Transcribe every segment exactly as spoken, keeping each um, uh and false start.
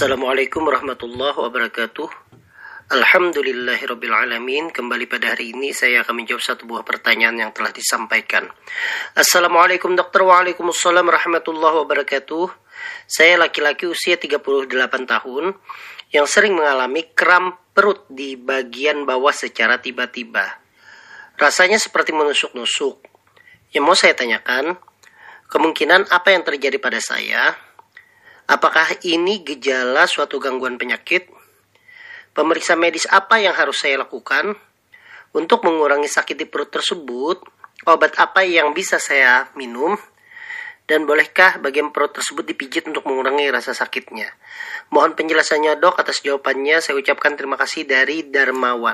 Assalamualaikum warahmatullahi wabarakatuh. Alhamdulillahirrabbilalamin. Kembali pada hari ini saya akan menjawab satu buah pertanyaan yang telah disampaikan. Assalamualaikum dokter. Waalaikumsalam warahmatullahi wabarakatuh. Saya laki-laki usia tiga puluh delapan tahun yang sering mengalami kram perut di bagian bawah secara tiba-tiba. Rasanya seperti menusuk-nusuk. Yang mau saya tanyakan, kemungkinan apa yang terjadi pada saya? Apakah ini gejala suatu gangguan penyakit? Pemeriksa medis apa yang harus saya lakukan untuk mengurangi sakit di perut tersebut? Obat apa yang bisa saya minum? Dan bolehkah bagian perut tersebut dipijit untuk mengurangi rasa sakitnya? Mohon penjelasannya dok. Atas jawabannya saya ucapkan terima kasih dari Darmawan.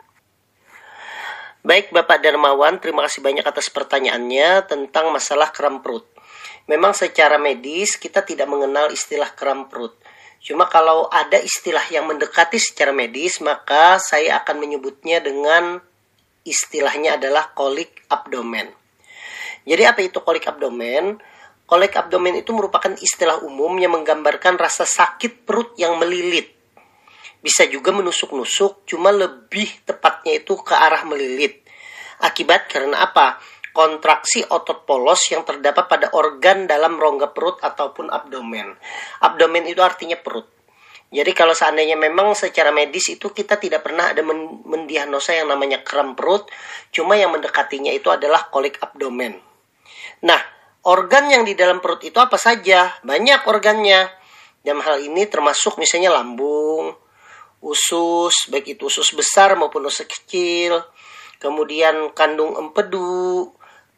Baik Bapak Darmawan, terima kasih banyak atas pertanyaannya tentang masalah kram perut. Memang secara medis kita tidak mengenal istilah kram perut. Cuma kalau ada istilah yang mendekati secara medis, maka saya akan menyebutnya dengan istilahnya adalah kolik abdomen. Jadi apa itu kolik abdomen? Kolik abdomen itu merupakan istilah umum yang menggambarkan rasa sakit perut yang melilit. Bisa juga menusuk-nusuk, cuma lebih tepatnya itu ke arah melilit. Akibat karena apa? Kontraksi otot polos yang terdapat pada organ dalam rongga perut ataupun abdomen. Abdomen itu artinya perut. Jadi kalau seandainya memang secara medis itu kita tidak pernah ada mendiagnosa yang namanya kram perut, cuma yang mendekatinya itu adalah kolik abdomen. Nah, organ yang di dalam perut itu apa saja? Banyak organnya. Dalam hal ini termasuk misalnya lambung, usus, baik itu usus besar maupun usus kecil, kemudian kandung empedu,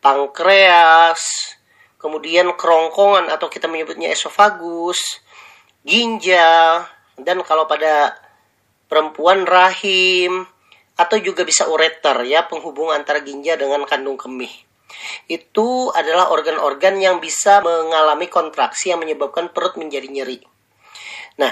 pankreas, kemudian kerongkongan atau kita menyebutnya esofagus, ginjal, dan kalau pada perempuan rahim, atau juga bisa ureter ya, penghubung antara ginjal dengan kandung kemih. Itu adalah organ-organ yang bisa mengalami kontraksi yang menyebabkan perut menjadi nyeri. Nah,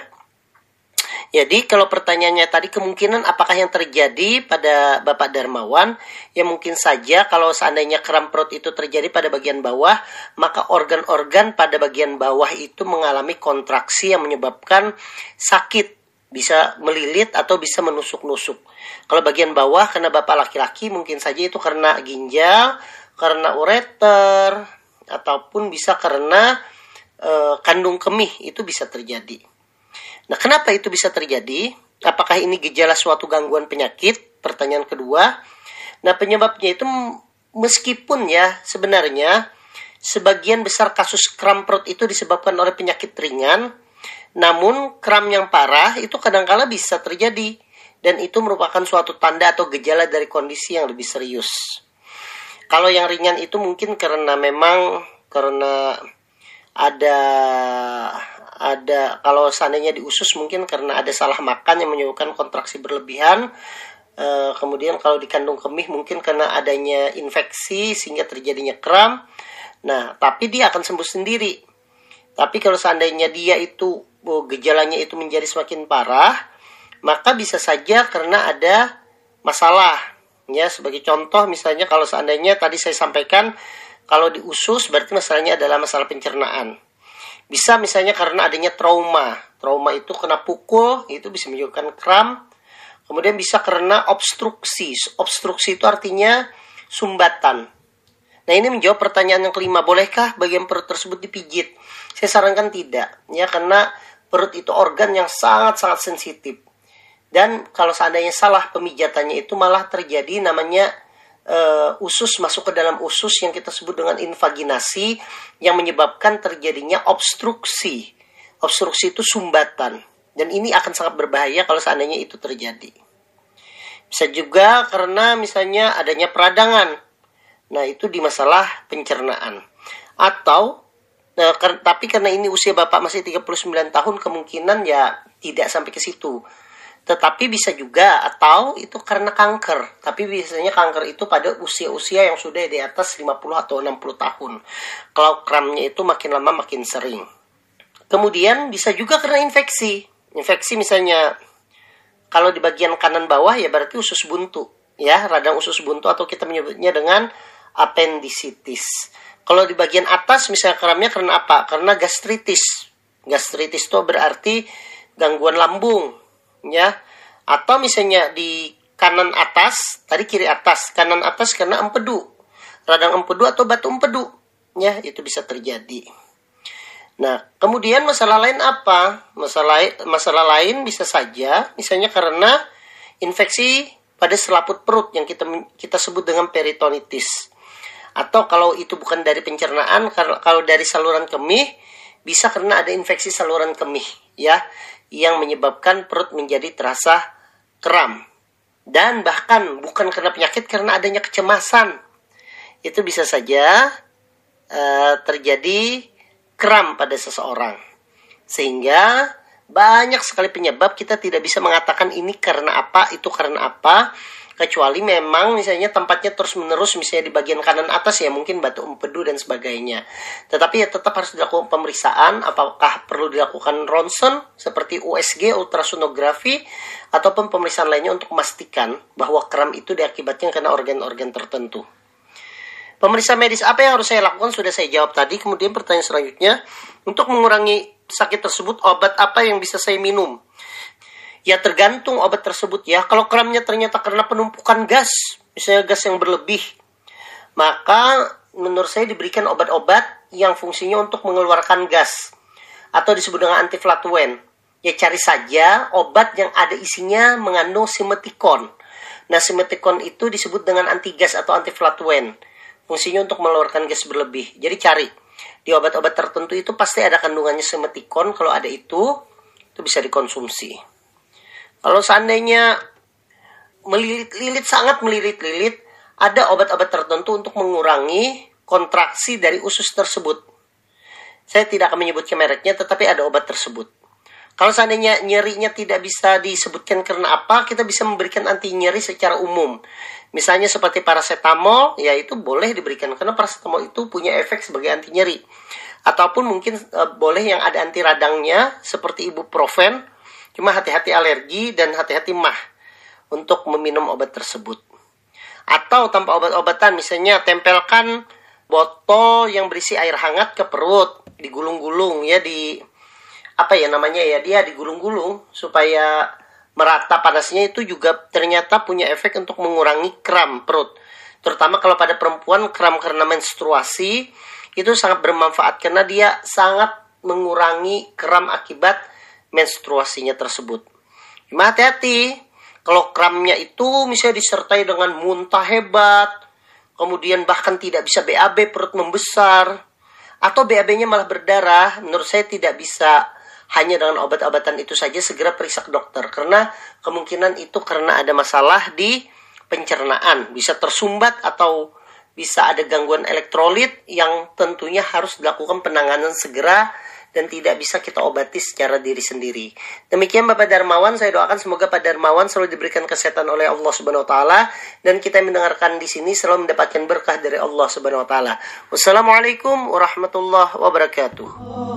jadi kalau pertanyaannya tadi kemungkinan apakah yang terjadi pada Bapak Darmawan, ya mungkin saja kalau seandainya kram perut itu terjadi pada bagian bawah, maka organ-organ pada bagian bawah itu mengalami kontraksi yang menyebabkan sakit, bisa melilit atau bisa menusuk-nusuk. Kalau bagian bawah karena Bapak laki-laki mungkin saja itu karena ginjal, karena ureter, ataupun bisa karena e, kandung kemih, itu bisa terjadi. Nah, kenapa itu bisa terjadi? Apakah ini gejala suatu gangguan penyakit? Pertanyaan kedua. Nah, penyebabnya itu meskipun ya sebenarnya sebagian besar kasus kram perut itu disebabkan oleh penyakit ringan, namun kram yang parah itu kadang-kala bisa terjadi dan itu merupakan suatu tanda atau gejala dari kondisi yang lebih serius. Kalau yang ringan itu mungkin karena memang karena ada ada kalau seandainya di usus mungkin karena ada salah makan yang menyebabkan kontraksi berlebihan. E, kemudian kalau di kandung kemih mungkin karena adanya infeksi sehingga terjadinya kram. Nah, tapi dia akan sembuh sendiri. Tapi kalau seandainya dia itu oh, gejalanya itu menjadi semakin parah, maka bisa saja karena ada masalah. Ya, sebagai contoh misalnya kalau seandainya tadi saya sampaikan kalau di usus berarti masalahnya adalah masalah pencernaan. Bisa misalnya karena adanya trauma. Trauma itu kena pukul, itu bisa menyebabkan kram. Kemudian bisa karena obstruksi. Obstruksi itu artinya sumbatan. Nah, ini menjawab pertanyaan yang kelima. Bolehkah bagian perut tersebut dipijit? Saya sarankan tidak. Ya, karena perut itu organ yang sangat-sangat sensitif. Dan kalau seandainya salah pemijatannya itu malah terjadi namanya Uh, usus masuk ke dalam usus yang kita sebut dengan invaginasi yang menyebabkan terjadinya obstruksi. Obstruksi itu sumbatan. Dan ini akan sangat berbahaya kalau seandainya itu terjadi. Bisa juga karena misalnya adanya peradangan. Nah, itu di masalah pencernaan. Atau, uh, ker- tapi karena ini usia Bapak masih tiga puluh sembilan tahun, kemungkinan ya tidak sampai ke situ. Tetapi bisa juga atau itu karena kanker. Tapi biasanya kanker itu pada usia-usia yang sudah di atas lima puluh atau enam puluh tahun. Kalau kramnya itu makin lama makin sering. Kemudian bisa juga karena infeksi. Infeksi misalnya kalau di bagian kanan bawah ya berarti usus buntu. Ya, radang usus buntu atau kita menyebutnya dengan appendicitis. Kalau di bagian atas misalnya kramnya karena apa? Karena gastritis. Gastritis itu berarti gangguan lambung, ya. Atau misalnya di kanan atas, tadi kiri atas, kanan atas karena empedu, radang empedu atau batu empedu, ya, itu bisa terjadi. Nah, kemudian masalah lain apa? Masalah masalah lain bisa saja, misalnya karena infeksi pada selaput perut yang kita kita sebut dengan peritonitis. Atau kalau itu bukan dari pencernaan, kalau dari saluran kemih, bisa karena ada infeksi saluran kemih, ya, yang menyebabkan perut menjadi terasa kram. Dan bahkan bukan karena penyakit, karena adanya kecemasan. Itu bisa saja uh, terjadi kram pada seseorang. Sehingga banyak sekali penyebab, kita tidak bisa mengatakan ini karena apa, itu karena apa. Kecuali memang misalnya tempatnya terus-menerus, misalnya di bagian kanan atas, ya mungkin batu empedu dan sebagainya. Tetapi ya tetap harus dilakukan pemeriksaan, apakah perlu dilakukan ronsen seperti U S G, ultrasonografi, ataupun pemeriksaan lainnya untuk memastikan bahwa kram itu diakibatkan karena organ-organ tertentu. Pemeriksaan medis apa yang harus saya lakukan sudah saya jawab tadi. Kemudian pertanyaan selanjutnya, untuk mengurangi sakit tersebut, obat apa yang bisa saya minum? Ya tergantung obat tersebut, ya. Kalau kramnya ternyata karena penumpukan gas, misalnya gas yang berlebih, maka menurut saya diberikan obat-obat yang fungsinya untuk mengeluarkan gas, atau disebut dengan antiflatuen. Ya cari saja obat yang ada isinya mengandung simeticon. Nah, simeticon itu disebut dengan antigas atau antiflatuen. Fungsinya untuk mengeluarkan gas berlebih. Jadi cari di obat-obat tertentu itu pasti ada kandungannya simeticon. Kalau ada itu, itu bisa dikonsumsi. Kalau seandainya melilit-lilit, sangat melilit-lilit, ada obat-obat tertentu untuk mengurangi kontraksi dari usus tersebut. Saya tidak akan menyebutkan mereknya, tetapi ada obat tersebut. Kalau seandainya nyerinya tidak bisa disebutkan karena apa, kita bisa memberikan anti nyeri secara umum. Misalnya seperti paracetamol, ya itu boleh diberikan, karena paracetamol itu punya efek sebagai anti nyeri. Ataupun mungkin e, boleh yang ada anti radangnya, seperti ibuprofen. Cuma hati-hati alergi dan hati-hati mah untuk meminum obat tersebut. Atau tanpa obat-obatan, misalnya tempelkan botol yang berisi air hangat ke perut, digulung-gulung, ya, di apa ya namanya ya, dia digulung-gulung supaya merata panasnya. Itu juga ternyata punya efek untuk mengurangi kram perut. Terutama kalau pada perempuan, kram karena menstruasi itu sangat bermanfaat karena dia sangat mengurangi kram akibat menstruasinya tersebut. Cuma hati-hati, kalau kramnya itu misalnya disertai dengan muntah hebat, kemudian bahkan tidak bisa B A B, perut membesar, atau B A B-nya malah berdarah, menurut saya tidak bisa hanya dengan obat-obatan itu saja, segera periksa ke dokter. Karena kemungkinan itu karena ada masalah di pencernaan, bisa tersumbat atau bisa ada gangguan elektrolit yang tentunya harus dilakukan penanganan segera dan tidak bisa kita obati secara diri sendiri. Demikian Bapak Darmawan, saya doakan semoga Pak Darmawan selalu diberikan kesehatan oleh Allah Subhanahu wa taala, dan kita yang mendengarkan di sini selalu mendapatkan berkah dari Allah Subhanahu wa taala. Wassalamualaikum warahmatullahi wabarakatuh.